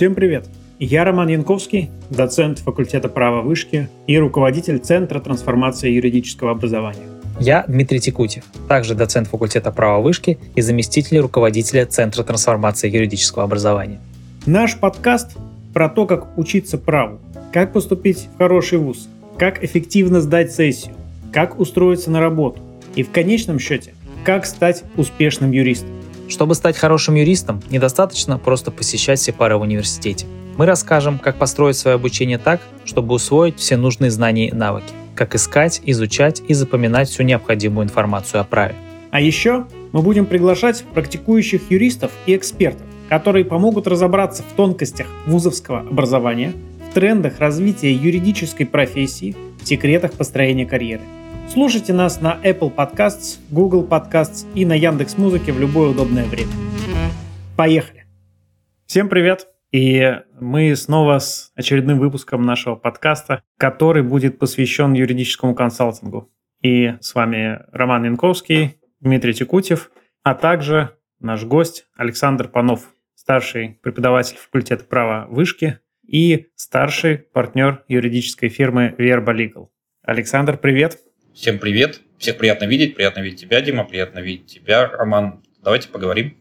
Всем привет! Я Роман Янковский, доцент факультета права Вышки и руководитель Центра трансформации юридического образования. Я Дмитрий Текутев, также доцент факультета права Вышки и заместитель руководителя Центра трансформации юридического образования. Наш подкаст про то, как учиться праву, как поступить в хороший вуз, как эффективно сдать сессию, как устроиться на работу и, в конечном счете, как стать успешным юристом. Чтобы стать хорошим юристом, недостаточно просто посещать все пары в университете. Мы расскажем, как построить свое обучение так, чтобы усвоить все нужные знания и навыки, как искать, изучать и запоминать всю необходимую информацию о праве. А еще мы будем приглашать практикующих юристов и экспертов, которые помогут разобраться в тонкостях вузовского образования, в трендах развития юридической профессии, в секретах построения карьеры. Слушайте нас на Apple Podcasts, Google Podcasts и на Яндекс.Музыке в любое удобное время. Поехали! Всем привет! И мы снова с очередным выпуском нашего подкаста, который будет посвящен юридическому консалтингу. И с вами Роман Янковский, Дмитрий Текутев, а также наш гость Александр Панов, старший преподаватель факультета права Вышки и старший партнер юридической фирмы Verba Legal. Александр, привет! Всем привет. Всех приятно видеть тебя, Дима, приятно видеть тебя, Роман. Давайте поговорим.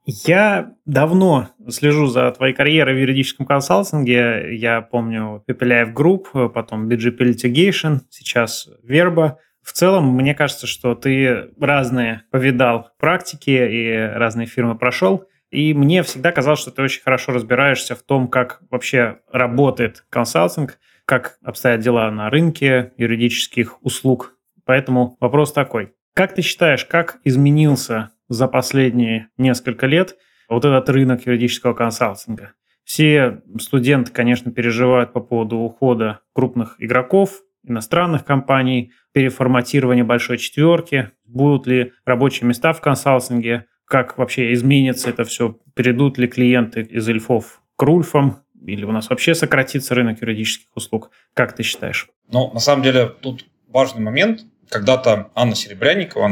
Я давно слежу за твоей карьерой в юридическом консалтинге. Я помню Пепеляев Group, потом BGP Litigation, сейчас Verba. В целом, мне кажется, что ты разные повидал практики и разные фирмы прошел. И мне всегда казалось, что ты очень хорошо разбираешься в том, как вообще работает консалтинг, как обстоят дела на рынке юридических услуг. Поэтому вопрос такой. Как ты считаешь, как изменился за последние несколько лет вот этот рынок юридического консалтинга? Все студенты, конечно, переживают по поводу ухода крупных игроков, иностранных компаний, переформатирования большой четверки. Будут ли рабочие места в консалтинге? Как вообще изменится это все? Перейдут ли клиенты из Ильфов к Рульфам? Или у нас вообще сократится рынок юридических услуг? Как ты считаешь? На самом деле, тут важный момент. Когда-то Анна Серебрянникова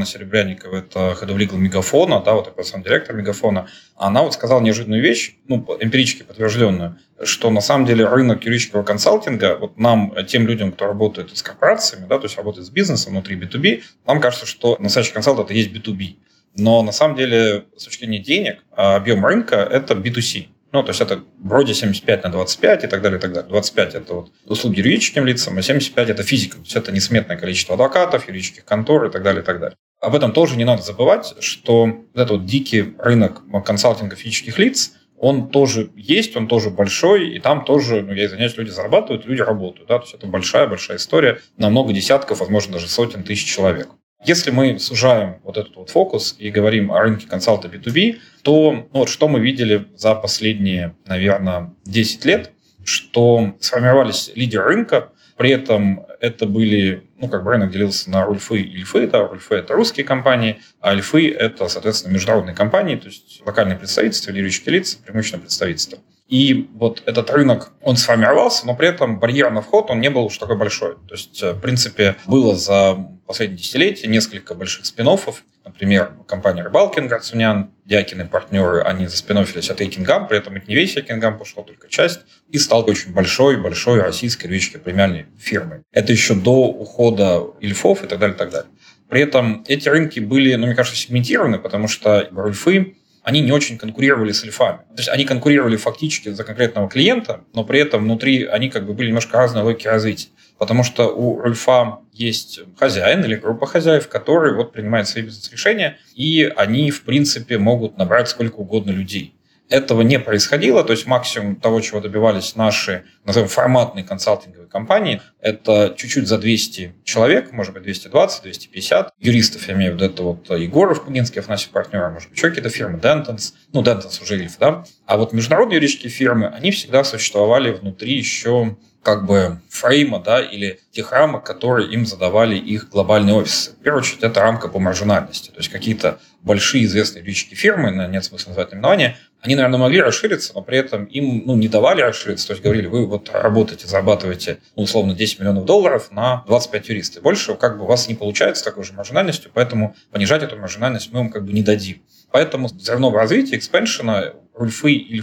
это Head of Legal Мегафона, да, вот такой сам директор Мегафона, она сказала неожиданную вещь, эмпирически подтвержденную, что на самом деле рынок юридического консалтинга, вот нам, тем людям, кто работает с корпорациями, да, то есть работает с бизнесом внутри B2B, нам кажется, что настоящий консалт это есть B2B. Но на самом деле, с точки зрения денег, объем рынка это B2C. То есть это вроде 75/25 и так далее, и так далее. 25 – это вот услуги юридическим лицам, а 75 – это физика. То есть это несметное количество адвокатов, юридических контор и так далее, и так далее. Об этом тоже не надо забывать, что вот этот вот дикий рынок консалтинга физических лиц, он тоже есть, он тоже большой, и там тоже, я извиняюсь, люди зарабатывают, люди работают. Да? То есть это большая-большая история на много десятков, возможно, даже сотен тысяч человек. Если мы сужаем вот этот вот фокус и говорим о рынке консалта B2B, то что мы видели за последние, наверное, 10 лет, что сформировались лидеры рынка, при этом это были, рынок делился на Рульфы и Ильфы, да, Рульфы – это русские компании, а Ильфы – это, соответственно, международные компании, то есть локальные представительства, юридические лица, преимущественно представительства. И вот этот рынок, он сформировался, но при этом барьер на вход, он не был уж такой большой. То есть, в принципе, было за последние десятилетия несколько больших спин-оффов. Например, компания Рыбалкин, Грацунян, Дякины партнеры, они заспин-оффились от Экингам, при этом это не весь Экингам пошел, только часть, и стал очень большой российской юридической премиальной фирмой. Это еще до ухода Ильфов и так далее, и так далее. При этом эти рынки были, мне кажется, сегментированы, потому что Ильфы, они не очень конкурировали с Ильфами. То есть они конкурировали фактически за конкретного клиента, но при этом внутри они были немножко разной логики развития. Потому что у Ильфа есть хозяин или группа хозяев, которые принимают свои бизнес-решения, и они, в принципе, могут набрать сколько угодно людей. Этого не происходило, то есть максимум того, чего добивались наши, назовем, форматные консалтинговые компании, это чуть-чуть за 200 человек, может быть, 220, 250 юристов, я имею в виду, это Егоров, Пугинский, Афанасьев партнер, может быть, еще какие-то фирмы, Dentons, Dentons уже Ильф, да. А вот международные юридические фирмы, они всегда существовали внутри еще фрейма, да, или тех рамок, которые им задавали их глобальные офисы. В первую очередь, это рамка по маржинальности. То есть какие-то большие известные юридические фирмы, нет смысла называть наименования, они, наверное, могли расшириться, но при этом им не давали расшириться. То есть говорили, вы работаете, зарабатываете, условно, $10 миллионов на 25 юристов. Больше у вас не получается с такой же маржинальностью, поэтому понижать эту маржинальность мы вам не дадим. Поэтому взрывного развития, экспеншена, Рульфы и Ильфы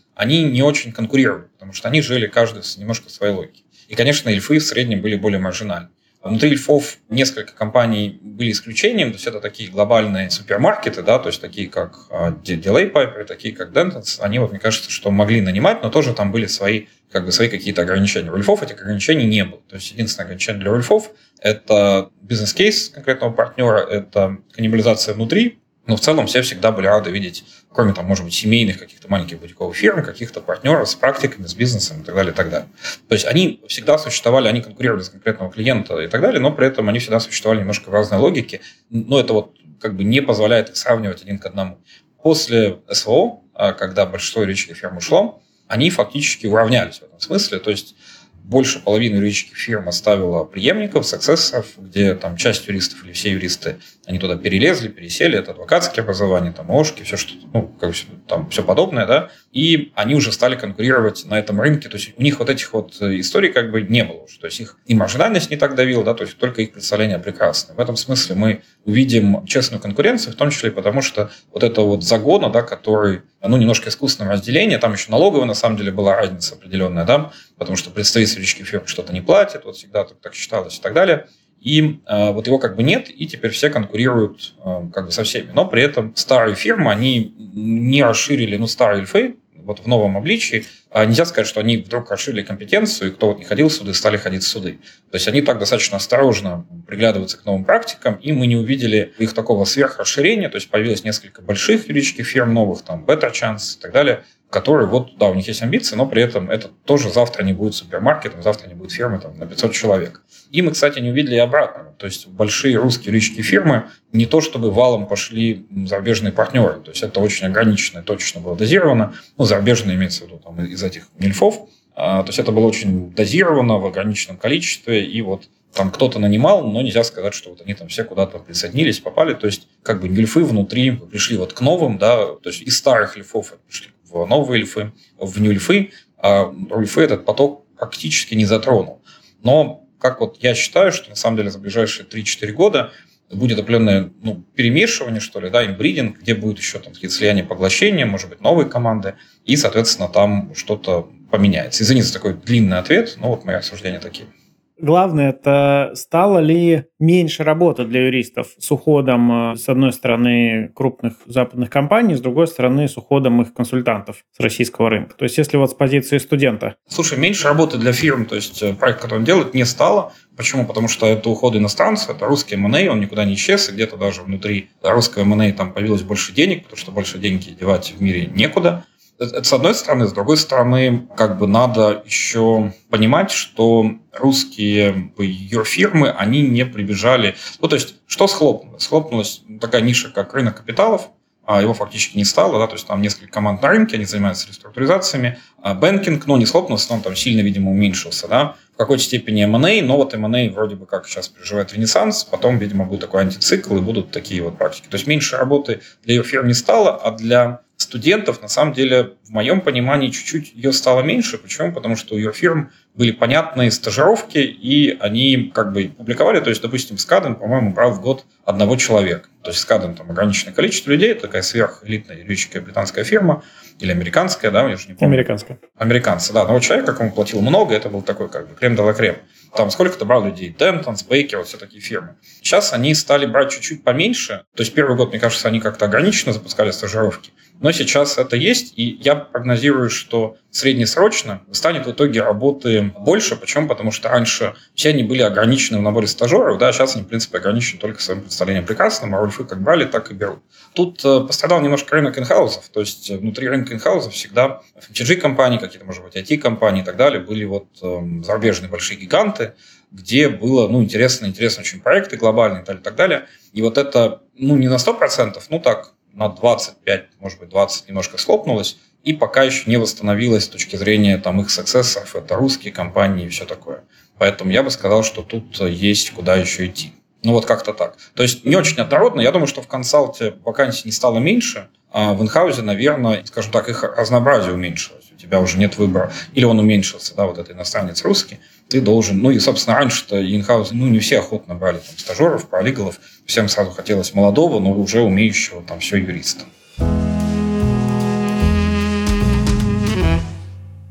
они не очень конкурировали, потому что они жили каждый немножко в своей логике. И, конечно, ильфы в среднем были более маржинальны. Внутри ильфов несколько компаний были исключением, то есть это такие глобальные супермаркеты, да, то есть такие как Delay Piper, такие как Dentons, они, вот, мне кажется, что могли нанимать, но тоже там были свои какие-то ограничения. У ильфов этих ограничений не было. То есть единственное ограничение для ильфов – это бизнес-кейс конкретного партнера, это каннибализация внутри, но в целом все всегда были рады видеть, кроме там, может быть, семейных каких-то маленьких бутиковых фирм, каких-то партнеров с практиками, с бизнесом и так далее, и так далее. То есть они всегда существовали, они конкурировали с конкретного клиента и так далее, но при этом они всегда существовали немножко в разной логике. Но это вот как бы не позволяет их сравнивать один к одному. После СВО, когда большинство юридических фирм ушло, они фактически уравнялись в этом смысле. То есть больше половины юридических фирм оставила преемников, саксессоров, где там часть юристов или все юристы, они туда перелезли, пересели, это адвокатские образования, там ОШКи, все что, там все подобное, да, и они уже стали конкурировать на этом рынке, то есть у них вот этих вот историй как бы не было уже, то есть их и маржинальность не так давила, да, то есть только их представление прекрасное. В этом смысле мы увидим честную конкуренцию, в том числе потому, что вот это вот загона, да, который, немножко искусственное разделение, там еще налоговая на самом деле была разница определенная, да, потому что представители юридических фирм что-то не платят, вот всегда так считалось и так далее. И вот его как бы нет, и теперь все конкурируют как бы со всеми. Но при этом старые фирмы, они не расширили, старые ильфы, вот в новом обличии, нельзя сказать, что они вдруг расширили компетенцию, и кто вот не ходил в суды, стали ходить в суды. То есть они так достаточно осторожно приглядываются к новым практикам, и мы не увидели их такого сверхрасширения, то есть появилось несколько больших юридических фирм новых, там Better Chance и так далее, которые, вот, да, у них есть амбиции, но при этом это тоже завтра не будет супермаркетом, завтра не будет фирмы там, на 500 человек. И мы, кстати, не увидели и обратного. То есть большие русские юридические фирмы не то чтобы валом пошли зарубежные партнеры. То есть это очень ограниченно и точно было дозировано. Зарубежные имеется в виду там, из этих ильфов. То есть это было очень дозировано в ограниченном количестве. И вот там кто-то нанимал, но нельзя сказать, что вот они там все куда-то присоединились, попали. То есть как бы ильфы внутри пришли вот к новым, да, то есть из старых ильфов пришли в новые ильфы, в нью-ильфы, а ильфы этот поток практически не затронул. Но как вот я считаю, что на самом деле за ближайшие 3-4 года будет определенное перемешивание, что ли, да, имбридинг, где будет еще там какие-то слияния, поглощения, может быть, новые команды, и, соответственно, там что-то поменяется. Извините за такой длинный ответ, но вот мои рассуждения такие. Главное, это стало ли меньше работы для юристов с уходом, с одной стороны, крупных западных компаний, с другой стороны, с уходом их консультантов с российского рынка? То есть, если вот с позиции студента. Слушай, меньше работы для фирм, то есть проект, который он делает, не стало. Почему? Потому что это уход иностранцев, это русский M&A, он никуда не исчез, и где-то даже внутри русского M&A там появилось больше денег, потому что больше денег девать в мире некуда. Это с одной стороны. С другой стороны, как бы надо еще понимать, что русские юрфирмы, они не прибежали. То есть, что схлопнулось? Схлопнулась такая ниша, как рынок капиталов, а его фактически не стало, да, то есть там несколько команд на рынке, они занимаются реструктуризациями. Бэнкинг, не схлопнулся, он там сильно, видимо, уменьшился, да. В какой-то степени M&A, но вот M&A вроде бы как сейчас переживает ренессанс, потом, видимо, будет такой антицикл, и будут такие вот практики. То есть меньше работы для юрфирм не стало, а для студентов, на самом деле, в моем понимании, чуть-чуть ее стало меньше. Почему? Потому что у юрфирм были понятные стажировки, и они как бы публиковали. То есть, допустим, Skadden, по-моему, брал в год одного человека. То есть Skadden там ограниченное количество людей, это такая сверхэлитная юридическая британская фирма, или американская, да, я же не помню. Американская. Американцы, да. Но человек, как ему платил много, это был такой как бы крем-де-ла-крем. Там сколько-то брал людей, Dentons, Baker, вот все такие фирмы. Сейчас они стали брать чуть-чуть поменьше. То есть первый год, мне кажется, они как-то ограниченно запускали стажировки. Но сейчас это есть, и я прогнозирую, что среднесрочно станет в итоге работы больше. Почему? Потому что раньше все они были ограничены в наборе стажеров, да, сейчас они, в принципе, ограничены только своим представлением прекрасным, а ульфы как брали, так и берут. Тут пострадал немножко рынок инхаусов, то есть внутри рынка инхаусов всегда FMCG-компании, какие-то, может быть, IT-компании и так далее, были вот зарубежные большие гиганты, где было, интересные очень проекты глобальные и так далее. И вот это, не на 100%, так, на 25, может быть, 20 немножко схлопнулось, и пока еще не восстановилось с точки зрения там, их саксессов, это русские компании и все такое. Поэтому я бы сказал, что тут есть куда еще идти. Вот как-то так. То есть не очень однородно. Я думаю, что в консалте вакансий не стало меньше, а в инхаузе, наверное, скажем так, их разнообразие уменьшилось. У тебя уже нет выбора. Или он уменьшился, да, вот этот иностранец русский. Ты должен, и, собственно, раньше-то инхауз, не все охотно брали там стажеров, паралигалов. Всем сразу хотелось молодого, но уже умеющего там все юриста.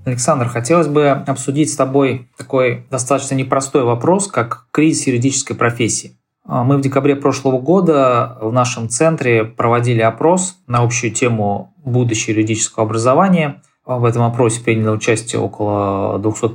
Александр, хотелось бы обсудить с тобой такой достаточно непростой вопрос, как кризис юридической профессии. Мы в декабре прошлого года в нашем центре проводили опрос на общую тему будущего юридического образования. В этом опросе приняло участие около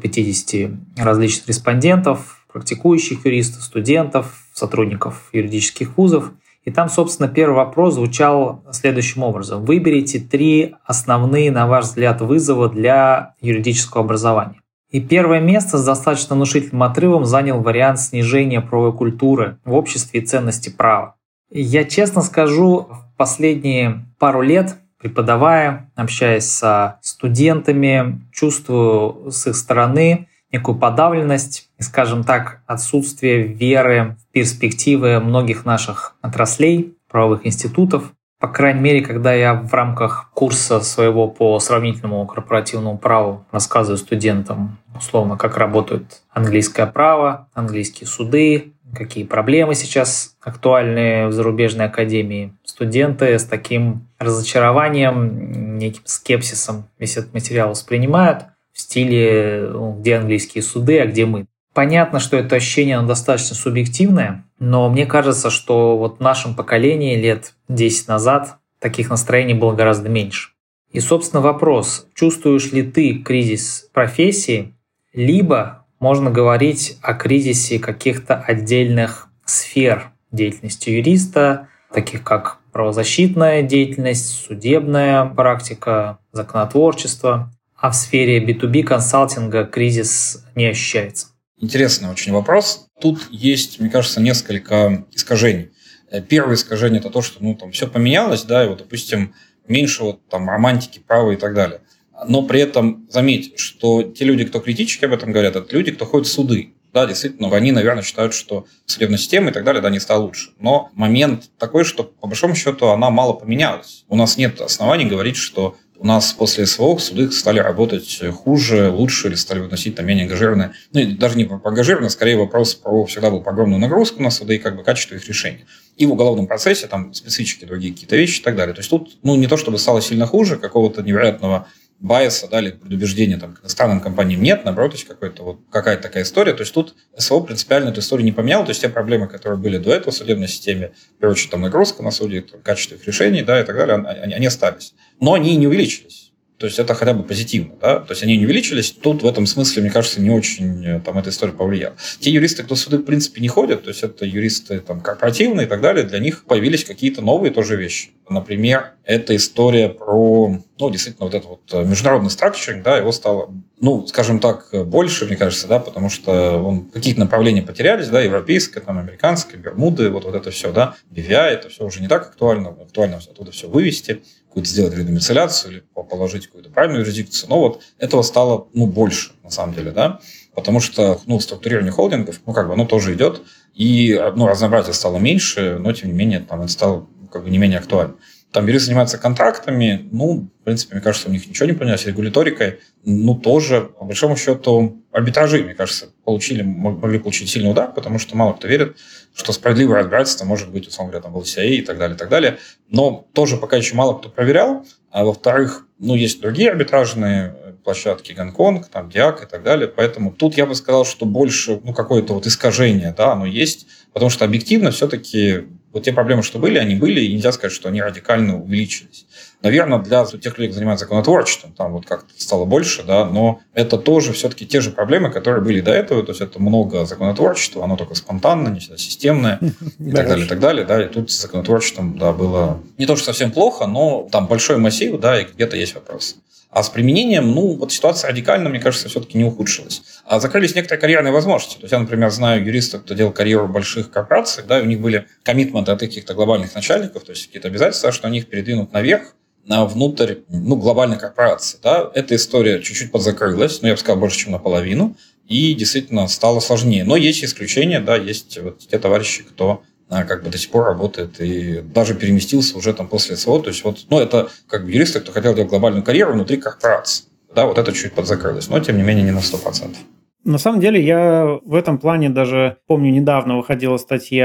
250 различных респондентов, практикующих юристов, студентов, сотрудников юридических вузов. И там, собственно, первый вопрос звучал следующим образом. Выберите 3 основные, на ваш взгляд, вызова для юридического образования. И первое место с достаточно внушительным отрывом занял вариант снижения правовой культуры в обществе и ценности права. И я честно скажу, в последние пару лет, преподавая, общаясь со студентами, чувствую с их стороны некую подавленность и, скажем так, отсутствие веры в перспективы многих наших отраслей, правовых институтов. По крайней мере, когда я в рамках курса своего по сравнительному корпоративному праву рассказываю студентам, условно, как работает английское право, английские суды, какие проблемы сейчас актуальны в зарубежной академии, студенты с таким разочарованием, неким скепсисом весь этот материал воспринимают в стиле «где английские суды, а где мы?». Понятно, что это ощущение оно достаточно субъективное, но мне кажется, что вот в нашем поколении лет 10 назад таких настроений было гораздо меньше. И, собственно, вопрос, чувствуешь ли ты кризис профессии, либо можно говорить о кризисе каких-то отдельных сфер деятельности юриста, таких как правозащитная деятельность, судебная практика, законотворчество, а в сфере B2B консалтинга кризис не ощущается. Интересный очень вопрос. Тут есть, мне кажется, несколько искажений. Первое искажение – это то, что все поменялось, да, и вот, допустим, меньше романтики, права и так далее. Но при этом заметь, что те люди, кто критически об этом говорят, это люди, кто ходит в суды. Да, действительно, они, наверное, считают, что судебная система и так далее, да, не стала лучше. Но момент такой, что, по большому счету, она мало поменялась. У нас нет оснований говорить, что у нас после СВО суды стали работать хуже, лучше или стали выносить менее ангажированные. И даже не про ангажированные, скорее вопрос всегда был про огромную нагрузку на суды и качество их решений. И в уголовном процессе специфически другие какие-то вещи и так далее. То есть тут не то, чтобы стало сильно хуже, какого-то невероятного байеса, да, или предубеждения к иностранным компаниям нет, наоборот, есть какая-то такая история. То есть тут СВО принципиально эту историю не поменял. То есть те проблемы, которые были до этого в судебной системе, в первую очередь нагрузка на судей, качество их решений, да, и так далее, они остались. Но они не увеличились. То есть это хотя бы позитивно. Да? То есть они не увеличились. Тут в этом смысле, мне кажется, не очень эта история повлияла. Те юристы, кто в суды в принципе не ходят, то есть это юристы корпоративные и так далее, для них появились какие-то новые тоже вещи. Например, это история про, действительно, международный структуринг, да, его стало, скажем так, больше, мне кажется, да, потому что какие-то направления потерялись, да, европейское, американское, Бермуды, вот это все, да, BVI, это все уже не так актуально оттуда все вывести, какую-то сделать редомицеляцию или положить какую-то правильную юрисдикцию, но этого стало, больше, на самом деле, да, потому что, структурирование холдингов, оно тоже идет, и, разнообразие стало меньше, но, тем не менее, это стало не менее актуально. Там юристы занимаются контрактами, в принципе, мне кажется, у них ничего не поменялось, регуляторикой, тоже, по большому счету, арбитражи, мне кажется, могли получить сильный удар, потому что мало кто верит, что справедливое разбирательство может быть, условно говоря, в LCA и так далее, и так далее. Но тоже пока еще мало кто проверял. А во-вторых, есть другие арбитражные площадки, Гонконг, Диак и так далее. Поэтому тут я бы сказал, что больше какое-то искажение, да, оно есть, потому что объективно все-таки те проблемы, что были, они были, и нельзя сказать, что они радикально увеличились. Наверное, для тех людей, кто занимается законотворчеством, там как-то стало больше, да, но это тоже все-таки те же проблемы, которые были до этого, то есть это много законотворчества, оно только спонтанно, не всегда системное, и так далее, и так далее, да, и тут с законотворчеством, да, было не то, что совсем плохо, но там большой массив, да, и где-то есть вопросы. А с применением, ситуация радикально, мне кажется, все-таки не ухудшилась. А закрылись некоторые карьерные возможности. То есть я, например, знаю юристов, кто делал карьеру в больших корпорациях, да, и у них были коммитменты от каких-то глобальных начальников, то есть какие-то обязательства, что они их передвинут наверх, внутрь глобальной корпорации. Да. Эта история чуть-чуть подзакрылась, я бы сказал, больше, чем наполовину, и действительно стало сложнее. Но есть исключения, да, есть те товарищи, кто до сих пор работает и даже переместился уже после СВО. То есть это юристы, кто хотел делать глобальную карьеру внутри корпорации. Да, это чуть подзакрылось, но тем не менее не на 100%. На самом деле я в этом плане даже помню, недавно выходила статья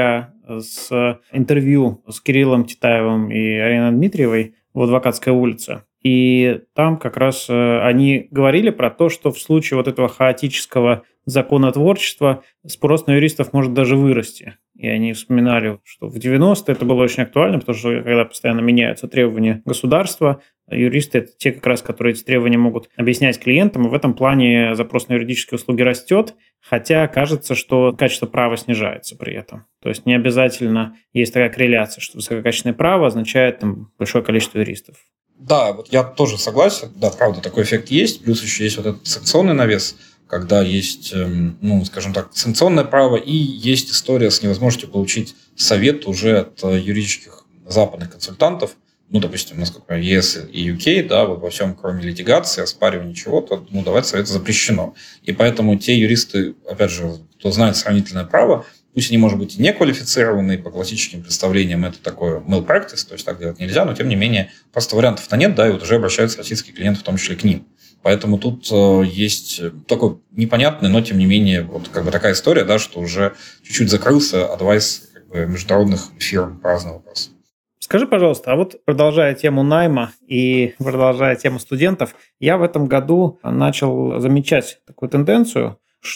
с интервью с Кириллом Титаевым и Ариной Дмитриевой в Адвокатской улице. И там как раз они говорили про то, что в случае вот этого хаотического законотворчества спрос на юристов может даже вырасти. И они вспоминали, что в 90-е это было очень актуально, потому что когда постоянно меняются требования государства, юристы – это те, как раз, которые эти требования могут объяснять клиентам, и в этом плане запрос на юридические услуги растет, хотя кажется, что качество права снижается при этом. То есть не обязательно есть такая корреляция, что высококачественное право означает там большое количество юристов. Да, вот я тоже согласен. Да, правда, такой эффект есть. Плюс еще есть вот этот санкционный навес, когда есть, ну, скажем так, санкционное право и есть история с невозможностью получить совет уже от юридических западных консультантов. Ну, допустим, насколько ЕС и UK, да, вот во всем, кроме литигации, оспаривания чего-то, ну, давать совет запрещено. И поэтому те юристы, опять же, кто знает сравнительное право, пусть они, может быть, и не квалифицированные по классическим представлениям, это такое malpractice, то есть так делать нельзя, но, тем не менее, просто вариантов-то нет, да, и вот уже обращаются российские клиенты, в том числе к ним. Поэтому тут есть такой непонятный, но, тем не менее, вот как бы такая история, да, что уже чуть-чуть закрылся адвайс как бы международных фирм по разным вопросам. Скажи, пожалуйста, а вот продолжая тему найма и продолжая тему студентов, я в этом году начал замечать такую тенденцию,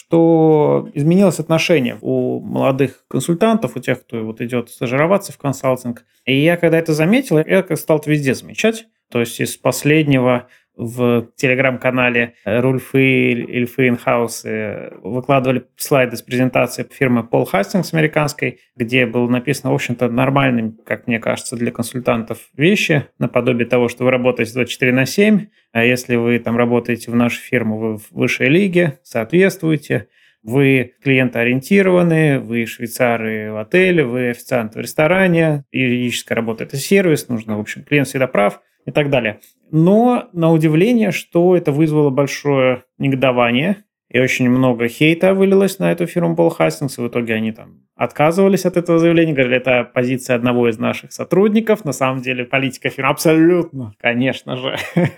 что изменилось отношение у молодых консультантов, у тех, кто вот идет стажироваться в консалтинг. И я, когда это заметил, я стал это везде замечать. То есть из последнего в телеграм-канале Рульфы Ильфы Инхаус выкладывали слайды с презентации фирмы Paul Hastings американской, где было написано, в общем-то, нормальным, как мне кажется, для консультантов вещи, наподобие того, что вы работаете 24/7, а если вы там работаете в нашу фирму, вы в высшей лиге, соответствуете, вы клиентоориентированы, вы швейцары в отеле, вы официант в ресторане, юридическая работа – это сервис, нужно, в общем, клиент всегда прав и так далее. Но на удивление, что это вызвало большое негодование, и очень много хейта вылилось на эту фирму Paul Hastings, и в итоге они там отказывались от этого заявления, говорили, это позиция одного из наших сотрудников, на самом деле политика фирмы абсолютно, конечно же,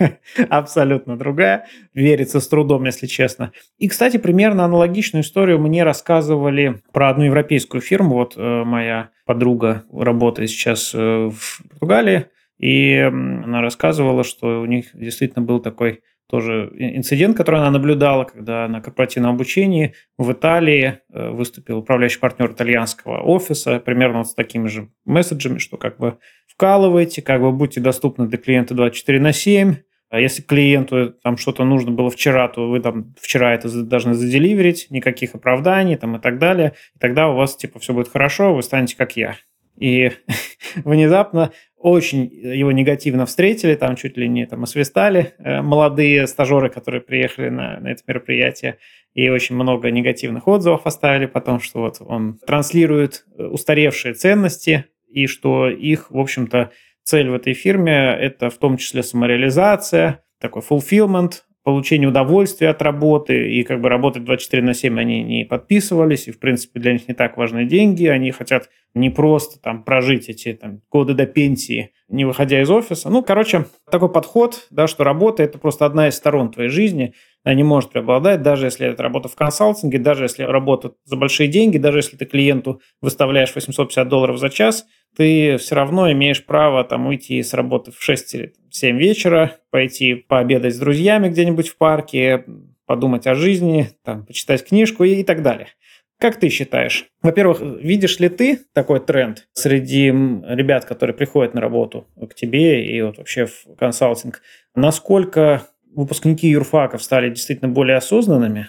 абсолютно другая, верится с трудом, если честно. И, кстати, примерно аналогичную историю мне рассказывали про одну европейскую фирму, вот моя подруга работает сейчас в Португалии, и она рассказывала, что у них действительно был такой тоже инцидент, который она наблюдала, когда на корпоративном обучении в Италии выступил управляющий партнер итальянского офиса, примерно вот с такими же месседжами, что как бы вкалывайте, как бы будьте доступны для клиента 24/7. А если клиенту там что-то нужно было вчера, то вы там вчера это должны заделиверить, никаких оправданий там и так далее. И тогда у вас типа все будет хорошо, вы станете как я. И внезапно очень его негативно встретили, там чуть ли не там освистали молодые стажеры, которые приехали на это мероприятие, и очень много негативных отзывов оставили потом, что вот он транслирует устаревшие ценности, и что их, в общем-то, цель в этой фирме – это в том числе самореализация, такой fulfillment, получение удовольствия от работы, и как бы работать 24/7 они не подписывались, и, в принципе, для них не так важны деньги, они хотят не просто там прожить эти там годы до пенсии, не выходя из офиса. Ну, короче, такой подход, да, что работа – это просто одна из сторон твоей жизни, она не может преобладать, даже если это работа в консалтинге, даже если работа за большие деньги, даже если ты клиенту выставляешь $850 за час, ты все равно имеешь право там уйти с работы в 6 или 7 вечера, пойти пообедать с друзьями где-нибудь в парке, подумать о жизни, там, почитать книжку и так далее. Как ты считаешь? Во-первых, видишь ли ты такой тренд среди ребят, которые приходят на работу к тебе и вот вообще в консалтинг? Насколько выпускники юрфаков стали действительно более осознанными?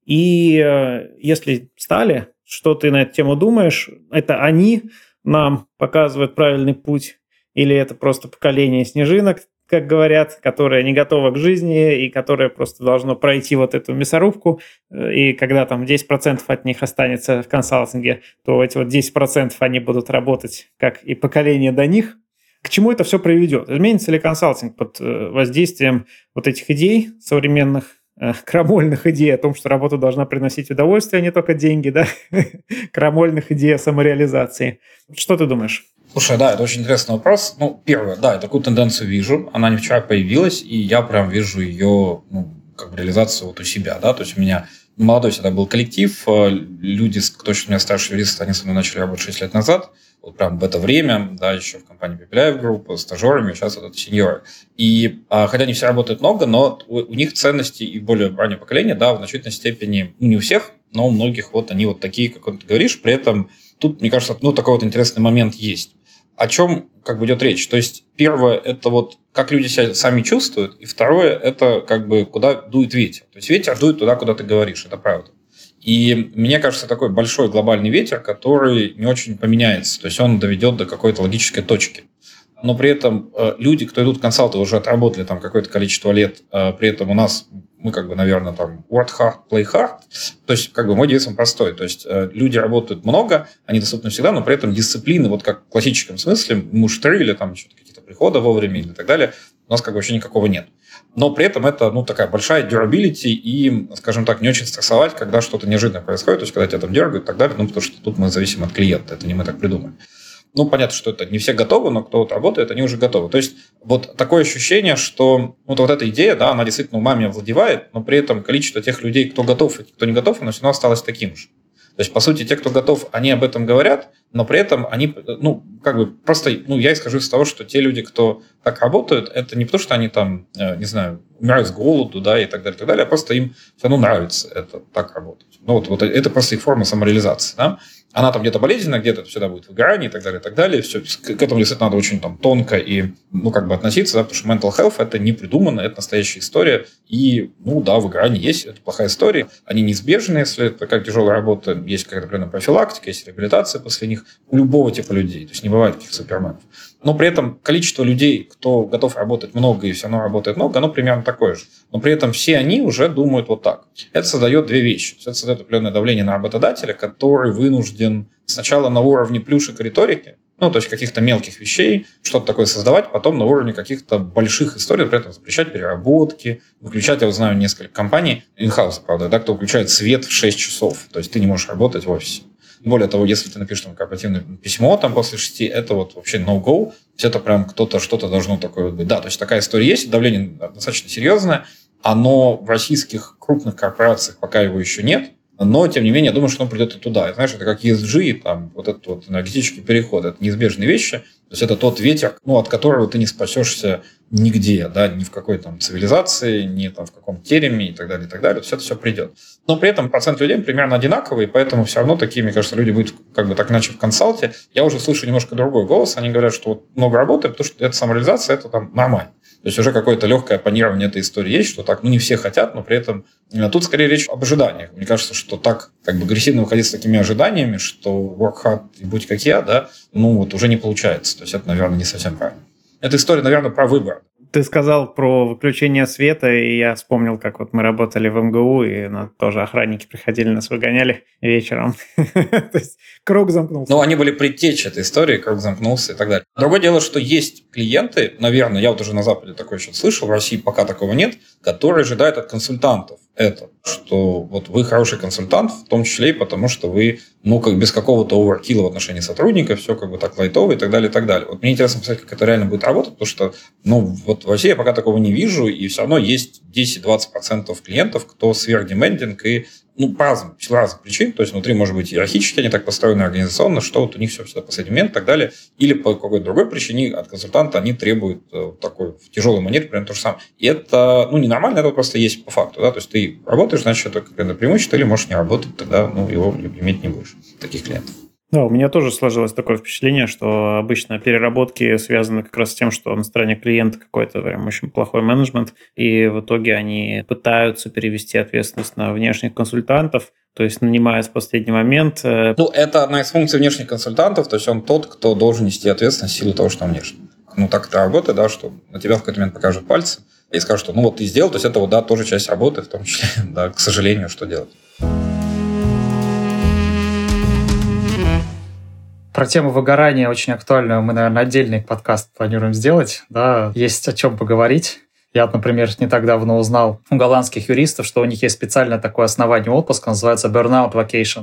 И если стали, что ты на эту тему думаешь? Это они нам показывают правильный путь? Или это просто поколение снежинок, как говорят, которое не готово к жизни и которое просто должно пройти вот эту мясорубку, и когда там 10% от них останется в консалтинге, то эти вот 10% они будут работать как и поколение до них. К чему это все приведет? Изменится ли консалтинг под воздействием вот этих идей современных, крамольных идей о том, что работа должна приносить удовольствие, а не только деньги, да? Крамольных идей о самореализации. Что ты думаешь? Слушай, да, это очень интересный вопрос. Ну, первое, да, я такую тенденцию вижу. Она не вчера появилась, и я прям вижу ее, ну, как бы реализацию вот у себя, да. То есть у меня молодой всегда был коллектив. Люди, кто еще у меня старший юрист, они со мной начали работать 6 лет назад. Вот прям в это время, да, еще в компании Пепеляев Group, стажерами, сейчас вот это сеньоры. И хотя не все работают много, но у них ценности и более раннее поколение, да, в значительной степени, не у всех, но у многих вот они вот такие, как ты говоришь. При этом тут, мне кажется, такой вот интересный момент есть. О чем как бы идет речь? То есть первое – это вот как люди себя сами чувствуют, и второе – это как бы куда дует ветер. То есть ветер дует туда, куда ты говоришь, это правда. И мне кажется, такой большой глобальный ветер, который не очень поменяется. То есть он доведет до какой-то логической точки. Но при этом люди, кто идут в консалты, уже отработали там какое-то количество лет. При этом у нас, мы как бы, наверное, там work hard, play hard. То есть как бы мой девиз он простой. То есть люди работают много, они доступны всегда, но при этом дисциплины, вот как в классическом смысле, муштры или там что-то какие-то приходы вовремя и так далее, у нас как бы вообще никакого нет. Но при этом это, такая большая durability и, скажем так, не очень стрессовать, когда что-то неожиданное происходит, то есть когда тебя там дергают и так далее, потому что тут мы зависим от клиента, это не мы так придумали. Понятно, что это не все готовы, но кто вот работает, они уже готовы. То есть вот такое ощущение, что вот эта идея, да, она действительно умами овладевает, но при этом количество тех людей, кто готов и кто не готов, оно все равно осталось таким же. То есть, по сути, те, кто готов, они об этом говорят, но при этом они, просто, я исхожу из того, что те люди, кто так работают, это не потому, что они там, не знаю, умирают с голоду, да, и так далее, а просто им все равно нравится это так работать. Вот это просто их форма самореализации, да. Она там где-то болезненная, где-то всегда будет выгорание и так далее, и так далее. Все, к этому действительно надо очень там тонко и, относиться, да, потому что mental health – это не придумано, это настоящая история. И, выгорание есть, это плохая история. Они неизбежны, если это такая тяжелая работа. Есть какая-то определенная профилактика, есть реабилитация после них у любого типа людей. То есть не бывает таких суперменов. Но при этом количество людей, кто готов работать много и все равно работает много, оно примерно такое же. Но при этом все они уже думают вот так. Это создает две вещи. Это создает определенное давление на работодателя, который вынужден сначала на уровне плюшек и риторики, то есть каких-то мелких вещей, что-то такое создавать, потом на уровне каких-то больших историй, при этом запрещать переработки, выключать, я вот знаю несколько компаний, in-house, правда, да, кто выключает свет в 6 часов, то есть ты не можешь работать в офисе. Более того, если ты напишешь там корпоративное письмо там после 6, это вот вообще no-go. То есть это прям кто-то что-то должно такое быть. Да, то есть такая история есть, давление достаточно серьезное. Оно в российских крупных корпорациях пока его еще нет. Но, тем не менее, я думаю, что оно придет и туда. И, знаешь, это как ESG, там, вот этот вот энергетический переход. Это неизбежные вещи. То есть это тот ветер, от которого ты не спасешься нигде, да, ни в какой там цивилизации, ни там в каком тереме и так далее, и так далее. То есть это все придет. Но при этом процент людей примерно одинаковый, поэтому все равно такие, мне кажется, люди будут как бы так иначе в консалте. Я уже слышу немножко другой голос. Они говорят, что вот много работы, потому что это самореализация, это там нормально. То есть уже какое-то легкое оппонирование этой истории есть, что так, не все хотят, но при этом тут скорее речь об ожиданиях. Мне кажется, что так как бы агрессивно выходить с такими ожиданиями, что work hard и будь как я, да, уже не получается. То есть это, наверное, не совсем правильно. Эта история, наверное, про выбор. Ты сказал про выключение света, и я вспомнил, как вот мы работали в МГУ, и тоже охранники приходили, нас выгоняли вечером. То есть круг замкнулся. Они были предтечей этой истории, круг замкнулся и так далее. Другое дело, что есть клиенты, наверное, я вот уже на Западе такое что-то слышал, в России пока такого нет, которые ожидают от консультантов что вот вы хороший консультант, в том числе и потому, что вы, без какого-то оверкилла в отношении сотрудника, все как бы так лайтово и так далее, и так далее. Вот мне интересно посмотреть, как это реально будет работать, потому что, вот в России я пока такого не вижу, и все равно есть 10-20% клиентов, кто сверхдемендинг и по разным причин, то есть внутри, может быть, иерархически они так построены организационно, что вот у них все всегда в последний момент и так далее, или по какой-то другой причине от консультанта они требуют такой в тяжелой манере примерно то же самое. И это, ненормально, это просто есть по факту, да, то есть ты работаешь, значит, это какое-то преимущество, или можешь не работать, тогда, его иметь не будешь, таких клиентов. Да, у меня тоже сложилось такое впечатление, что обычно переработки связаны как раз с тем, что на стороне клиента какой-то прям очень плохой менеджмент, и в итоге они пытаются перевести ответственность на внешних консультантов, то есть нанимают в последний момент. Это одна из функций внешних консультантов, то есть он тот, кто должен нести ответственность в силу того, что он внешний. Так это работает, да, что на тебя в какой-то момент покажут пальцы и скажут, что ты сделал, то есть это тоже часть работы, в том числе, да, к сожалению, что делать. Про тему выгорания очень актуальную мы, наверное, отдельный подкаст планируем сделать. Да, есть о чем поговорить. Я, например, не так давно узнал у голландских юристов, что у них есть специальное такое основание отпуска, называется burnout vacation. То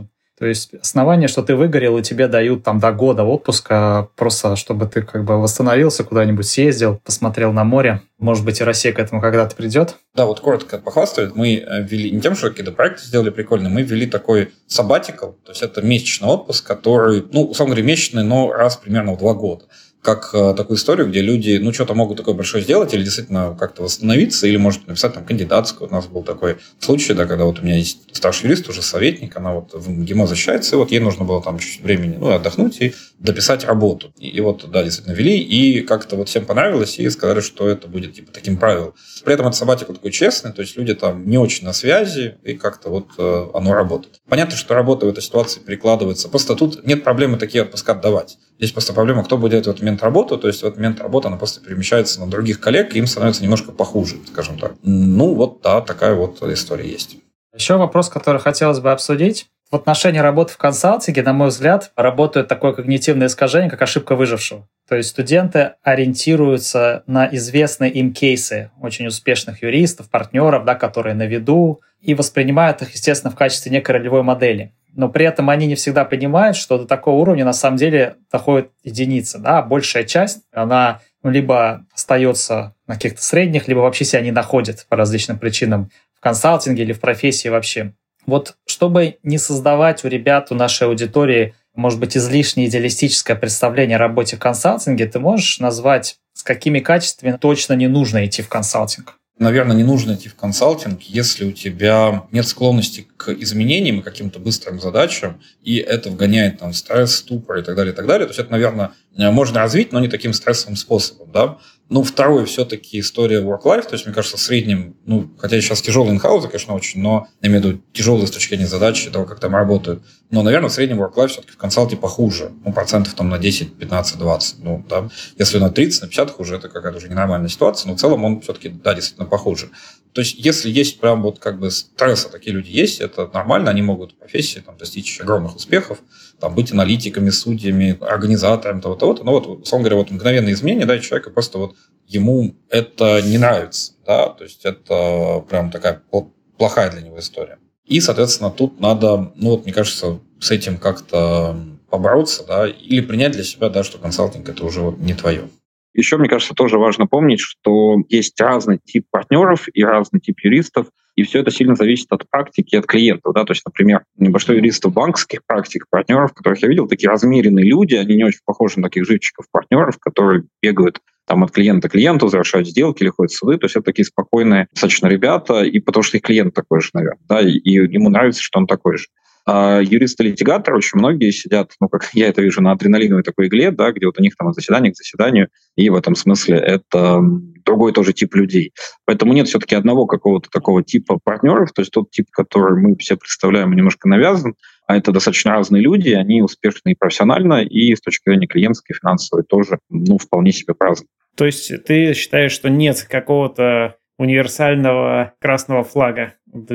То есть основание, что ты выгорел, и тебе дают там до года отпуска, просто чтобы ты как бы восстановился, куда-нибудь съездил, посмотрел на море. Может быть, и Россия к этому когда-то придет. Да, вот коротко похвастаюсь. Мы ввели, не тем, что какие-то проекты сделали прикольные, мы ввели такой sabbatical, то есть это месячный отпуск, который, условно говоря, месячный, но раз примерно в 2 года. Как такую историю, где люди, что-то могут такое большое сделать или действительно как-то восстановиться, или, может, написать там кандидатскую. У нас был такой случай, да, когда вот у меня есть старший юрист, уже советник, она вот в МГИМО защищается, и вот ей нужно было там чуть-чуть времени отдохнуть и дописать работу. И вот, да, действительно ввели, и как-то вот всем понравилось, и сказали, что это будет типа таким правилом. При этом это sabbatical такой честный, то есть люди там не очень на связи, и как-то вот оно работает. Понятно, что работа в этой ситуации перекладывается. Просто тут нет проблемы такие отпуска отдавать. Здесь просто проблема, кто будет делать в этот момент работу, то есть в этот момент работа, она просто перемещается на других коллег, и им становится немножко похуже, скажем так. Вот, да, такая вот история есть. Еще вопрос, который хотелось бы обсудить. В отношении работы в консалтинге, на мой взгляд, работает такое когнитивное искажение, как ошибка выжившего. То есть студенты ориентируются на известные им кейсы очень успешных юристов, партнеров, да, которые на виду, и воспринимают их, естественно, в качестве некой ролевой модели. Но при этом они не всегда понимают, что до такого уровня на самом деле доходит единица. Да? Большая часть, она либо остается на каких-то средних, либо вообще себя не находит по различным причинам в консалтинге или в профессии вообще. Вот чтобы не создавать у ребят, у нашей аудитории, может быть, излишне идеалистическое представление о работе в консалтинге, ты можешь назвать, с какими качествами точно не нужно идти в консалтинг? Наверное, не нужно идти в консалтинг, если у тебя нет склонности к изменениям и каким-то быстрым задачам, и это вгоняет там стресс, ступор и так далее, и так далее. То есть это, наверное, можно развить, но не таким стрессовым способом, да. Второе, все-таки история work-life, то есть, мне кажется, в среднем, хотя сейчас тяжелые инхаузы, конечно, очень, но я имею в виду тяжелые с точки зрения задачи, того, как там работают, но, наверное, в среднем work-life все-таки в консалте похуже, процентов там на 10, 15, 20, да. Если на 30, на 50 хуже, это какая-то уже ненормальная ситуация, но в целом он все-таки, да, действительно похуже. То есть, если есть прям вот как бы стресса, такие люди есть, это нормально, они могут в профессии там достичь огромных успехов, там, быть аналитиками, судьями, организаторами того-то, но вот, условно говоря, вот мгновенные изменения, да, человека просто вот ему это не нравится, да, то есть это прям такая плохая для него история. И, соответственно, тут надо, мне кажется, с этим как-то побороться, да, или принять для себя, да, что консалтинг это уже вот не твое. Еще, мне кажется, тоже важно помнить, что есть разный тип партнеров и разный тип юристов, и все это сильно зависит от практики, от клиентов. Да? То есть, например, большинство юристов банковских практик, партнеров, которых я видел, такие размеренные люди, они не очень похожи на таких живчиков-партнеров, которые бегают там от клиента к клиенту, завершают сделки или ходят в суды. То есть это такие спокойные достаточно ребята, и потому что их клиент такой же, наверное, да, и ему нравится, что он такой же. А юристы-литигаторы очень многие сидят, как я это вижу, на адреналиновой такой игле, да, где вот у них там от заседания к заседанию, и в этом смысле это другой тоже тип людей. Поэтому нет все-таки одного какого-то такого типа партнеров, то есть тот тип, который мы все представляем, немножко навязан, а это достаточно разные люди, они успешны и профессионально, и с точки зрения клиентской, финансовой тоже, вполне себе по-разному. То есть ты считаешь, что нет какого-то универсального красного флага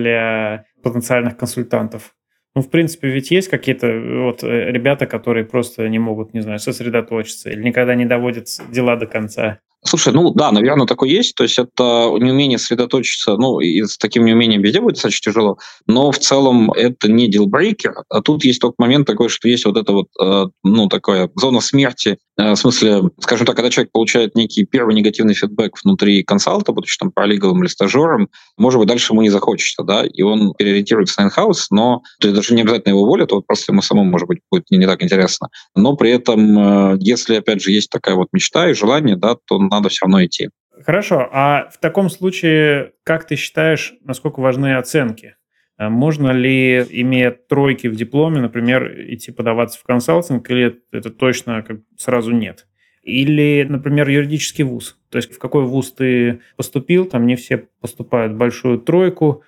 для потенциальных консультантов? В принципе, ведь есть какие-то ребята, которые просто не могут, не знаю, сосредоточиться или никогда не доводят дела до конца. Слушай, да, наверное, такое есть. То есть это неумение сосредоточиться, и с таким неумением везде будет достаточно тяжело, но в целом это не дилбрейкер. А тут есть только момент такой, что есть вот эта такая зона смерти. В смысле, скажем так, когда человек получает некий первый негативный фидбэк внутри консалта, будучи там паралигалом или стажером, может быть, дальше ему не захочется, да, и он переориентируется на инхаус, но то есть даже не обязательно его воля, то вот просто ему самому, может быть, будет не так интересно. Но при этом, если, опять же, есть такая вот мечта и желание, да, то надо все равно идти. Хорошо, а в таком случае, как ты считаешь, насколько важны оценки? Можно ли, имея тройки в дипломе, например, идти подаваться в консалтинг, или это точно сразу нет? Или, например, юридический вуз. То есть в какой вуз ты поступил, там не все поступают в большую тройку,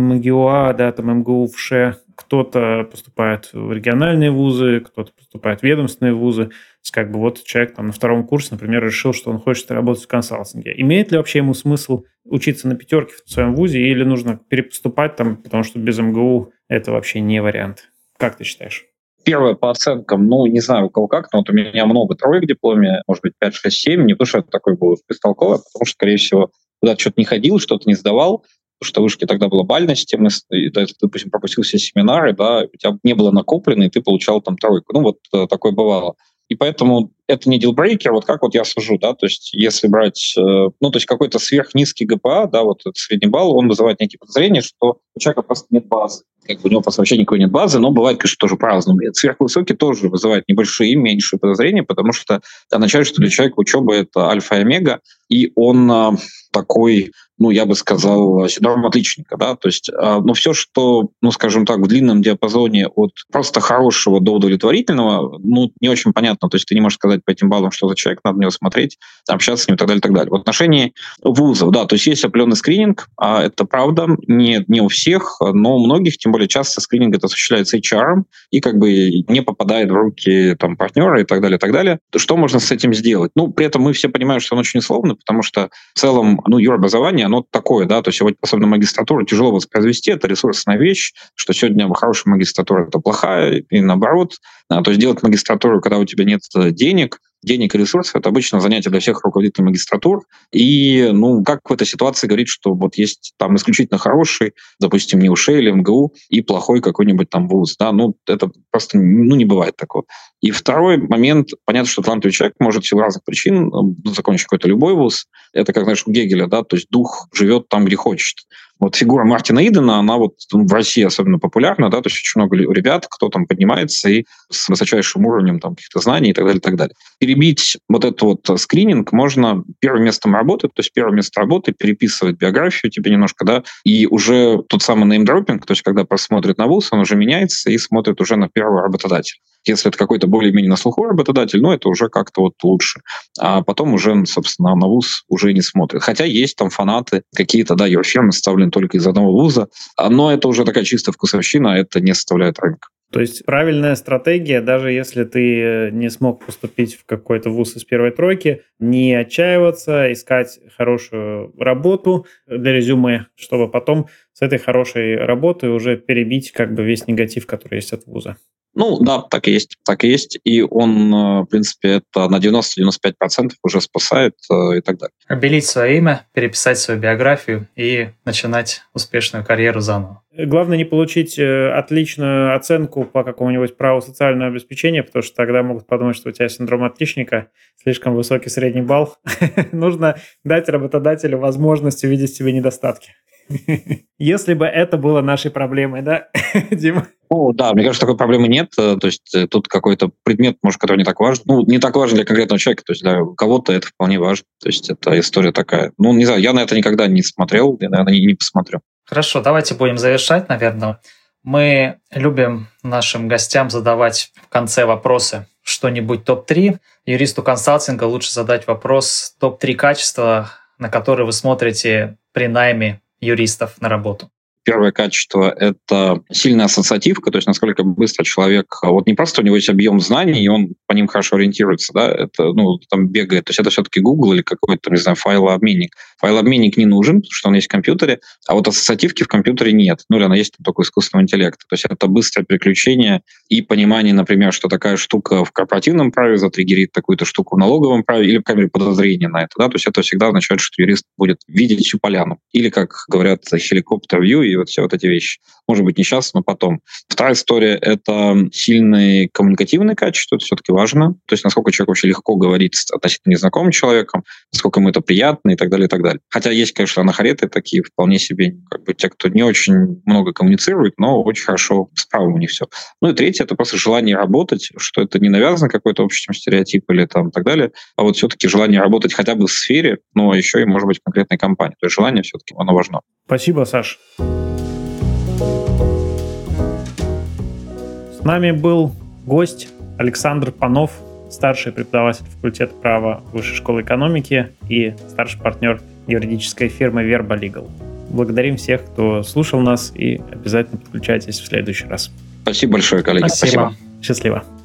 МГУА, да, там МГУ, ВШЭ, кто-то поступает в региональные вузы, кто-то поступает в ведомственные вузы. То есть человек там на 2 курсе, например, решил, что он хочет работать в консалтинге. Имеет ли вообще ему смысл учиться на 5 в своем вузе или нужно перепоступать там, потому что без МГУ это вообще не вариант? Как ты считаешь? Первое по оценкам, не знаю у кого как, но вот у меня много троек в дипломе, может быть, 5, 6, 7, не потому что я такой был бестолковый, а потому что, скорее всего, куда-то что-то не ходил, что-то не сдавал, что в вышке тогда была бальная система, и ты, допустим, пропустил все семинары, да, у тебя не было накоплено, и ты получал там тройку. Ну, вот такое бывало. И поэтому это не дилбрейкер, вот как вот я сужу, да, то есть если брать, то есть какой-то сверхнизкий ГПА, да, вот этот средний балл, он вызывает некие подозрения, что у человека просто нет базы. Как бы у него просто вообще никакой нет базы, но бывает, конечно, тоже по-разному. И сверхвысокий тоже вызывает небольшие и меньшие подозрения, потому что означает, что для человека учеба — это альфа и омега, и он такой, я бы сказал, синдром отличника, да, то есть, все, что, скажем так, в длинном диапазоне от просто хорошего до удовлетворительного, не очень понятно, то есть ты не можешь сказать по этим баллам, что за человек, надо на него смотреть, общаться с ним и так далее, и так далее. В отношении вузов, да, то есть есть определенный скрининг, это правда, не у всех, но у многих, тем более часто скрининг это осуществляется HR, и как бы не попадает в руки там партнера и так далее, и так далее. Что можно с этим сделать? При этом мы все понимаем, что он очень условно, потому что в целом, юробразование, оно такое, да, то есть сегодня, особенно магистратуру, тяжело воспроизвести, это ресурсная вещь, что сегодня хорошая магистратура — это плохая, и наоборот. То есть делать магистратуру, когда у тебя нет денег и ресурсов, это обычно занятие для всех руководителей магистратур. И, как в этой ситуации говорить, что вот есть там исключительно хороший, допустим, НИУШ или МГУ, и плохой какой-нибудь там вуз, да, это просто, не бывает такого. И второй момент, понятно, что талантливый человек может в силу разных причин закончить какой-то любой вуз. Это, как, знаешь, у Гегеля, да, то есть дух живет там, где хочет. Вот фигура Мартина Идена, она вот в России особенно популярна, да, то есть очень много ребят, кто там поднимается и с высочайшим уровнем там каких-то знаний и так далее, и так далее. Перебить вот этот вот скрининг можно первым местом работы, то есть первое место работы переписывать биографию тебе немножко, да, и уже тот самый неймдропинг, то есть когда посмотрит на вуз, он уже меняется и смотрит уже на первого работодателя. Если это какой-то более-менее на слуху работодатель, это уже как-то вот лучше. А потом уже, собственно, на вуз уже не смотрят. Хотя есть там фанаты какие-то, да, юрфирмы составлены только из одного вуза, но это уже такая чистая вкусовщина, это не составляет рынка. То есть правильная стратегия, даже если ты не смог поступить в какой-то вуз из первой тройки, не отчаиваться, искать хорошую работу для резюме, чтобы потом с этой хорошей работы уже перебить как бы весь негатив, который есть от вуза. Да, так и есть. И он, в принципе, это на 90-95% уже спасает и так далее. Обелить свое имя, переписать свою биографию и начинать успешную карьеру заново. Главное не получить отличную оценку по какому-нибудь праву социального обеспечения, потому что тогда могут подумать, что у тебя синдром отличника, слишком высокий средний балл. Нужно дать работодателю возможность увидеть в себе недостатки. Если бы это было нашей проблемой, да, Дима? Да, мне кажется, такой проблемы нет. То есть тут какой-то предмет, может, который не так важен. Не так важен для конкретного человека, то есть для кого-то это вполне важно. То есть это история такая. Не знаю, я на это никогда не смотрел, я, наверное, не посмотрю. Хорошо, давайте будем завершать, наверное. Мы любим нашим гостям задавать в конце вопросы что-нибудь топ-3. Юристу консалтинга лучше задать вопрос топ-3 качества, на которые вы смотрите при найме юристов на работу. Первое качество — это сильная ассоциативка, то есть насколько быстро человек, не просто у него есть объем знаний, и он по ним хорошо ориентируется, да, это, там бегает, то есть это все-таки Google или какой-то, не знаю, файлообменник. Файлообменник не нужен, потому что он есть в компьютере, а вот ассоциативки в компьютере нет, или она есть только у искусственного интеллекта. То есть это быстрое переключение и понимание, например, что такая штука в корпоративном праве затриггерит такую-то штуку в налоговом праве или, по крайней мере, подозрение на это, да, то есть это всегда означает, что юрист будет видеть всю поляну. Или, как говорят, helicopter-view и вот все вот эти вещи. Может быть, не сейчас, но потом. Вторая история — это сильные коммуникативные качества, это все-таки важно. То есть насколько человек вообще легко говорит с относительно незнакомым человеком, насколько ему это приятно и так далее, и так далее. Хотя есть, конечно, анахареты такие вполне себе, те, кто не очень много коммуницирует, но очень хорошо справа у них все. И третье — это просто желание работать, что это не навязано какой-то обществом стереотип или там так далее, а вот все-таки желание работать хотя бы в сфере, но еще и, может быть, в конкретной компании. То есть желание все-таки, оно важно. Спасибо, Саш. С нами был гость Александр Панов, старший преподаватель факультета права Высшей школы экономики и старший партнер юридической фирмы Verba Legal. Благодарим всех, кто слушал нас, и обязательно подключайтесь в следующий раз. Спасибо большое, коллеги. Спасибо. Счастливо.